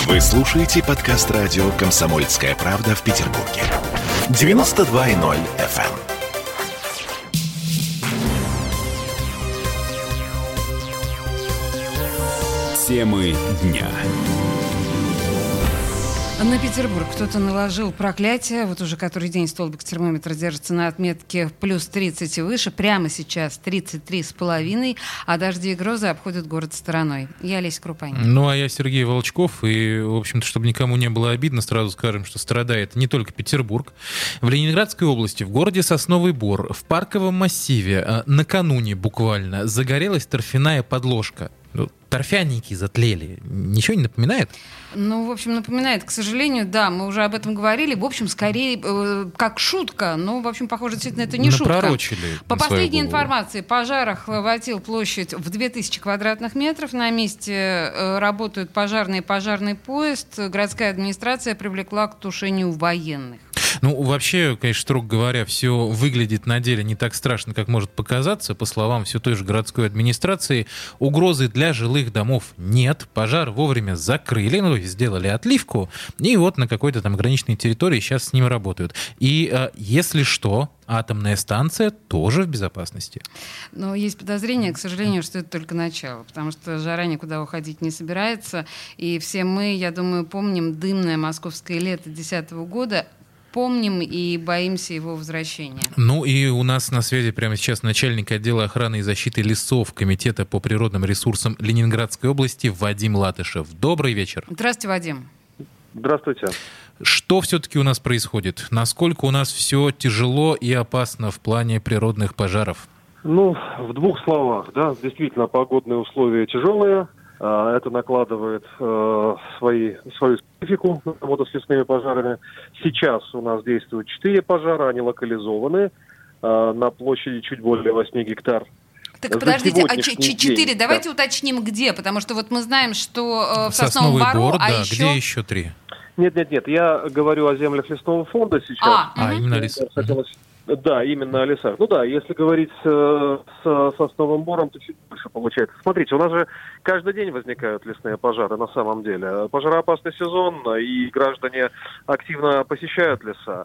Вы слушаете подкаст радио «Комсомольская правда» в Петербурге. 92.0 FM. Темы дня. На Петербург кто-то наложил проклятие. Вот уже который день столбик термометра держится на отметке плюс 30 и выше. Прямо сейчас 33,5, а дожди и грозы обходят город стороной. Я Олеся Крупанин. Ну, а я Сергей Волчков. И, в общем-то, чтобы никому не было обидно, сразу скажем, что страдает не только Петербург. В Ленинградской области, в городе Сосновый Бор, в парковом массиве накануне буквально загорелась торфяная подложка. Торфяники затлели. Ничего не напоминает? Ну, в общем, напоминает, к сожалению, да, мы уже об этом говорили. В общем, скорее, как шутка. Но, в общем, похоже, действительно, это не шутка. Напророчили. По последней информации, пожар охватил площадь в 2000 квадратных метров. На месте работают пожарные и пожарный поезд. Городская администрация привлекла к тушению военных. Ну, вообще, конечно, строго говоря, все выглядит на деле не так страшно, как может показаться. По словам все той же городской администрации, угрозы для жилых домов нет. Пожар вовремя закрыли, сделали отливку, и вот на какой-то там ограниченной территории сейчас с ними работают. И если что, атомная станция тоже в безопасности. Но есть подозрение, к сожалению, что это только начало, потому что жара никуда уходить не собирается. И все мы, я думаю, помним дымное московское лето 2010 года, помним и боимся его возвращения. Ну и у нас на связи прямо сейчас начальник отдела охраны и защиты лесов Комитета по природным ресурсам Ленинградской области Вадим Латышев. Добрый вечер. Здравствуйте, Вадим. Здравствуйте. Что все-таки у нас происходит? Насколько у нас все тяжело и опасно в плане природных пожаров? Ну, в двух словах, да, действительно, погодные условия тяжелые. Это накладывает свою специфику на работу с лесными пожарами. Сейчас у нас действуют 4 пожара, они локализованы на площади чуть более 8 гектар. Так подождите, 4, давайте уточним, где, потому что вот мы знаем, что в Сосновом Бору, да, еще... Где еще 3? Нет, я говорю о землях лесного фонда сейчас. Именно леса. Да, именно о лесах. Ну да, если говорить с Сосновым Бором, то чуть больше получается. Смотрите, у нас же каждый день возникают лесные пожары на самом деле. Пожароопасный сезон, и граждане активно посещают леса.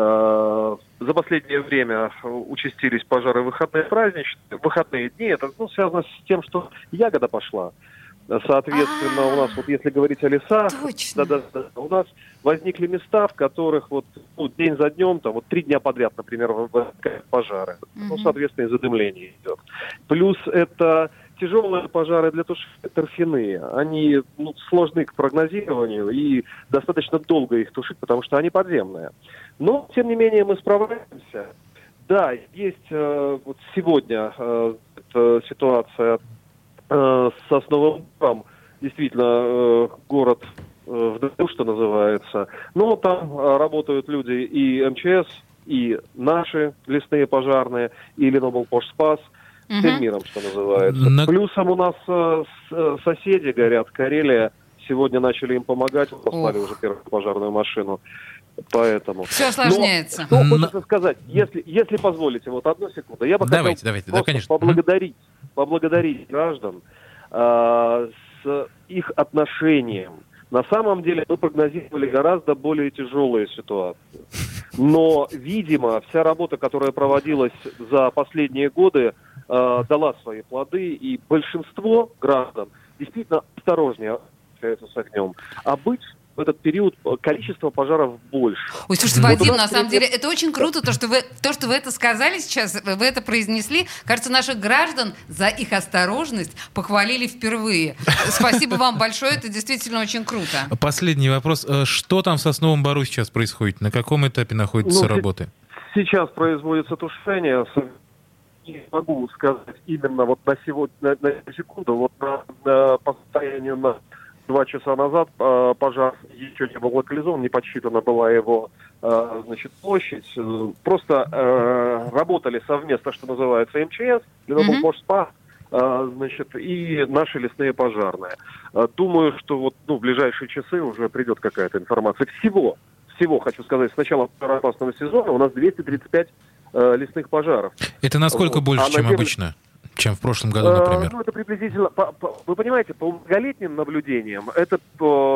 За последнее время участились пожары в выходные дни. Это связано с тем, что ягода пошла. Соответственно, у нас, вот если говорить о лесах, у нас возникли места, в которых день за днем, 3 дня подряд, например, возникают пожары. Соответственно, и задымление идет. Плюс это тяжелые пожары для тушения торфяные. Они сложны к прогнозированию, и достаточно долго их тушить, потому что они подземные. Но, тем не менее, мы справляемся. Да, есть сегодня ситуация с Сосновым Бором, действительно, город в дыму, что называется. Но там работают люди и МЧС, и наши лесные пожарные, и Леноблпожспас, всем миром, что называется. Плюсом у нас соседи горят, Карелия. Сегодня начали им помогать, послали уже первую пожарную машину. Поэтому. Все осложняется. Что хочется сказать, если позволите, одну секунду. Я бы хотел поблагодарить граждан с их отношением. На самом деле мы прогнозировали гораздо более тяжелые ситуации. Но, видимо, вся работа, которая проводилась за последние годы, дала свои плоды, и большинство граждан действительно осторожнее общаются с огнем. А быть в этот период количество пожаров больше. Ой, слушайте, Вадим, на самом деле, это очень круто, то, что вы это сказали сейчас, вы это произнесли. Кажется, наших граждан за их осторожность похвалили впервые. Спасибо вам большое, это действительно очень круто. Последний вопрос. Что там в Сосновом Бору сейчас происходит? На каком этапе находятся работы? Сейчас производится тушение. Не могу сказать именно на сегодня, на секунду, по состоянию на 2 часа назад пожар еще не был локализован, не подсчитана была его площадь. Просто работали совместно, что называется, МЧС, Леноблпожспас, и наши лесные пожарные. Думаю, что в ближайшие часы уже придет какая-то информация. Всего, хочу сказать, с начала пожароопасного сезона у нас 235 лесных пожаров. Это насколько больше, чем обычно? Чем в прошлом году, например? Это приблизительно, вы понимаете, по многолетним наблюдениям это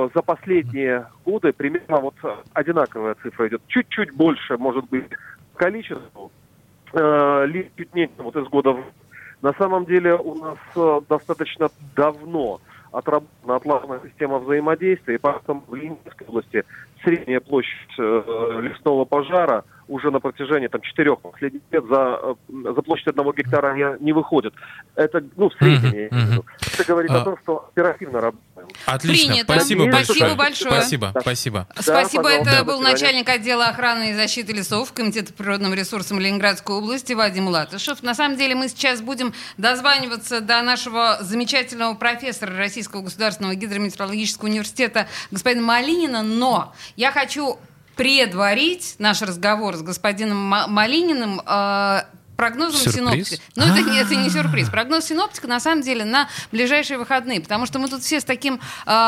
за последние годы примерно вот одинаковая цифра идет. Чуть-чуть больше, может быть, количеству, лишь чуть меньше вот из года в год. На самом деле у нас достаточно давно отработана отлаженная система взаимодействия, и поэтому в Ленинградской области средняя площадь лесного пожара уже на протяжении 4 последних лет за площадь 1 гектара не выходит. Это, в среднем, я имею в виду. Это говорит о том, что оперативно работаем. Отлично, Принято. Спасибо большое. Большое. Спасибо. Спасибо, пожалуйста. это был начальник отдела охраны и защиты лесов Комитета по природным ресурсам Ленинградской области Вадим Латышев. На самом деле мы сейчас будем дозваниваться до нашего замечательного профессора Российского государственного гидрометеорологического университета господина Малинина, но я хочу предварить наш разговор с господином Малининым прогнозом синоптика. Но это не сюрприз. Прогноз синоптика, на самом деле, на ближайшие выходные. Потому что мы тут все с таким,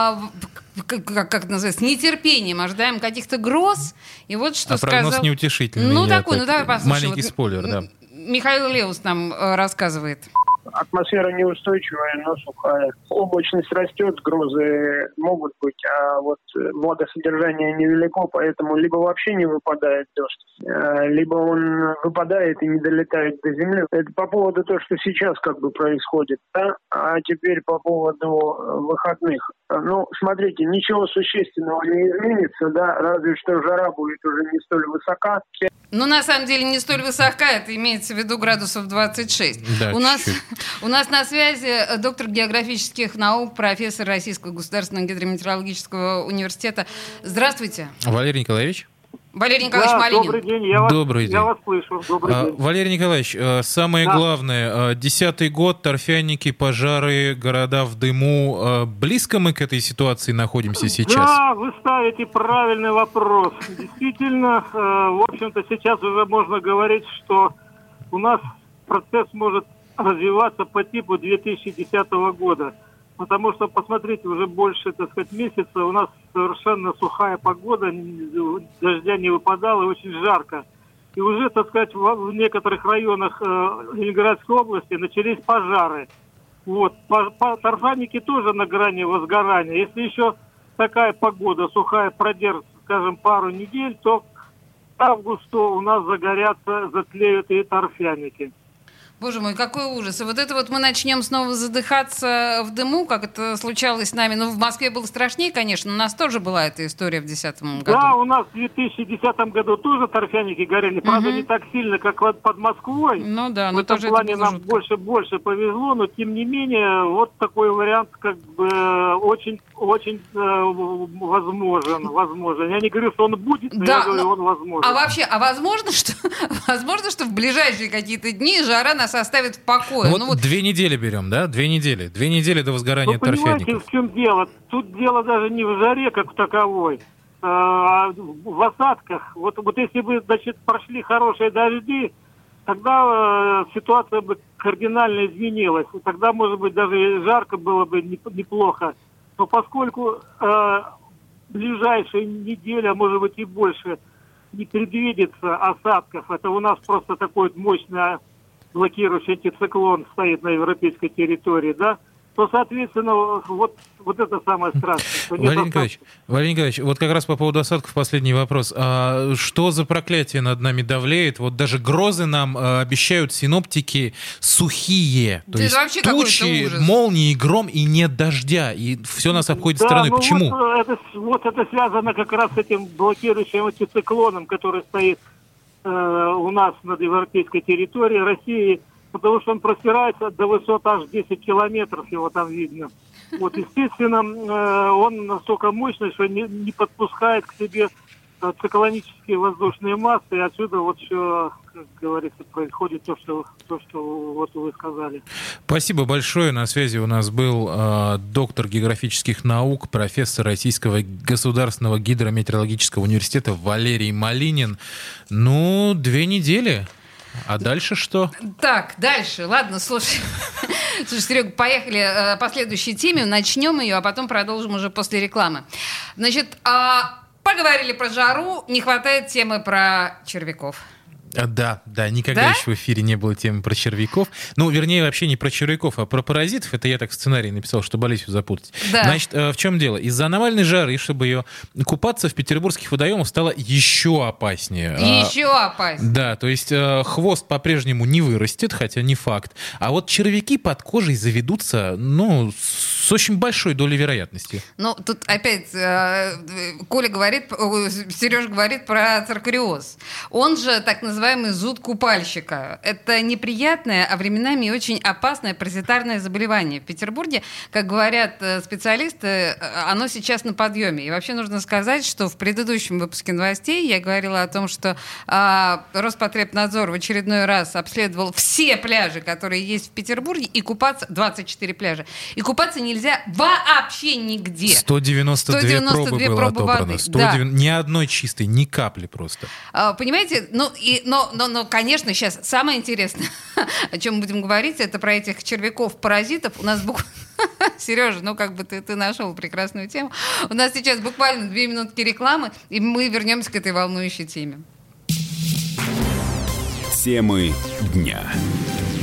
как это называется, с нетерпением ожидаем каких-то гроз. И вот что сказал... прогноз неутешительный. Давай послушаем. Маленький спойлер, да. Михаил Леус нам рассказывает. Атмосфера неустойчивая, но сухая. Облачность растет, грозы могут быть, а вот влагосодержание невелико, поэтому либо вообще не выпадает дождь, либо он выпадает и не долетает до земли. Это по поводу того, что сейчас происходит, да? А теперь по поводу выходных. Смотрите, ничего существенного не изменится, да, разве что жара будет уже не столь высока. На самом деле не столь высока, это имеется в виду градусов 26. Да, У нас на связи доктор географических наук, профессор Российского государственного гидрометеорологического университета. Здравствуйте. Валерий Николаевич. Валерий Николаевич Малинин. Добрый день, я вас слышу. Добрый день. Валерий Николаевич, самое главное, 10-й год, торфяники, пожары, города в дыму. Близко мы к этой ситуации находимся сейчас? Да, вы ставите правильный вопрос. Действительно, в общем-то, сейчас уже можно говорить, что у нас процесс может развиваться по типу 2010 года. Потому что, посмотрите, уже больше, месяца у нас совершенно сухая погода, дождя не выпадало, очень жарко. И уже, в некоторых районах Ленинградской области начались пожары. Торфяники тоже на грани возгорания. Если еще такая погода сухая продержится, скажем, пару недель, то к августу у нас затлеют и торфяники. Боже мой, какой ужас. И это мы начнем снова задыхаться в дыму, как это случалось с нами. В Москве было страшнее, конечно, у нас тоже была эта история в 2010 году. Да, у нас в 2010 году тоже торфяники горели. Правда, не так сильно, как под Москвой. В этом тоже плане нам больше повезло, но тем не менее, вот такой вариант очень возможен. Я не говорю, что он будет, но я говорю, он возможен. Возможно, что в ближайшие какие-то дни жара нас оставит в покое. 2 недели берем, да? 2 недели. 2 недели до возгорания торфяников. Понимаете, в чем дело? Тут дело даже не в жаре как таковой, а в осадках. Вот если бы, прошли хорошие дожди, тогда ситуация бы кардинально изменилась. И тогда, может быть, даже и жарко было бы неплохо. Но поскольку ближайшая неделя, может быть, и больше, не предвидится осадков, это у нас просто такой мощный блокирующий антициклон стоит на европейской территории, да, то, соответственно, вот это самое страшное. Валерий Николаевич, вот как раз по поводу осадков последний вопрос. А что за проклятие над нами давлеет? Вот даже грозы нам обещают синоптики сухие. То есть тучи, молнии, гром и нет дождя. И все нас обходит стороной. Почему? Это связано как раз с этим блокирующим антициклоном, который стоит у нас над европейской территорией России, потому что он простирается до высот аж 10 километров, его там видно. Естественно, он настолько мощный, что не подпускает к себе циклонические воздушные массы, и отсюда все, как говорится, происходит то, что вы сказали. Спасибо большое. На связи у нас был доктор географических наук, профессор Российского государственного гидрометеорологического университета Валерий Малинин. 2 недели. А дальше что? Так, дальше. Ладно, слушай, Серега, поехали по следующей теме. Начнем ее, а потом продолжим уже после рекламы. Поговорили про жару, не хватает темы про червяков. Да, никогда еще в эфире не было темы про червяков. Ну, вернее, вообще не про червяков, а про паразитов. Это я так в сценарии написал, чтобы Олесю запутать. Да. Значит, в чем дело? Из-за аномальной жары, чтобы ее купаться в петербургских водоемах стало еще опаснее. Еще опаснее. Да, то есть хвост по-прежнему не вырастет, хотя не факт. А вот червяки под кожей заведутся, ну, с очень большой долей вероятности. Ну, тут опять Сережа говорит про циркариоз. Он же так называемый зуд купальщика. Это неприятное, а временами и очень опасное паразитарное заболевание. В Петербурге, как говорят специалисты, оно сейчас на подъеме. И вообще нужно сказать, что в предыдущем выпуске новостей я говорила о том, что Роспотребнадзор в очередной раз обследовал все пляжи, которые есть в Петербурге, и купаться, 24 пляжа, и купаться нельзя вообще нигде. 192 пробы было отобрано. Да. Ни одной чистой, ни капли просто. Понимаете, но, конечно, сейчас самое интересное, о чем мы будем говорить, это про этих червяков-паразитов. У нас буквально... Сережа, ты нашел прекрасную тему. У нас сейчас буквально 2 минутки рекламы, и мы вернемся к этой волнующей теме. Темы дня.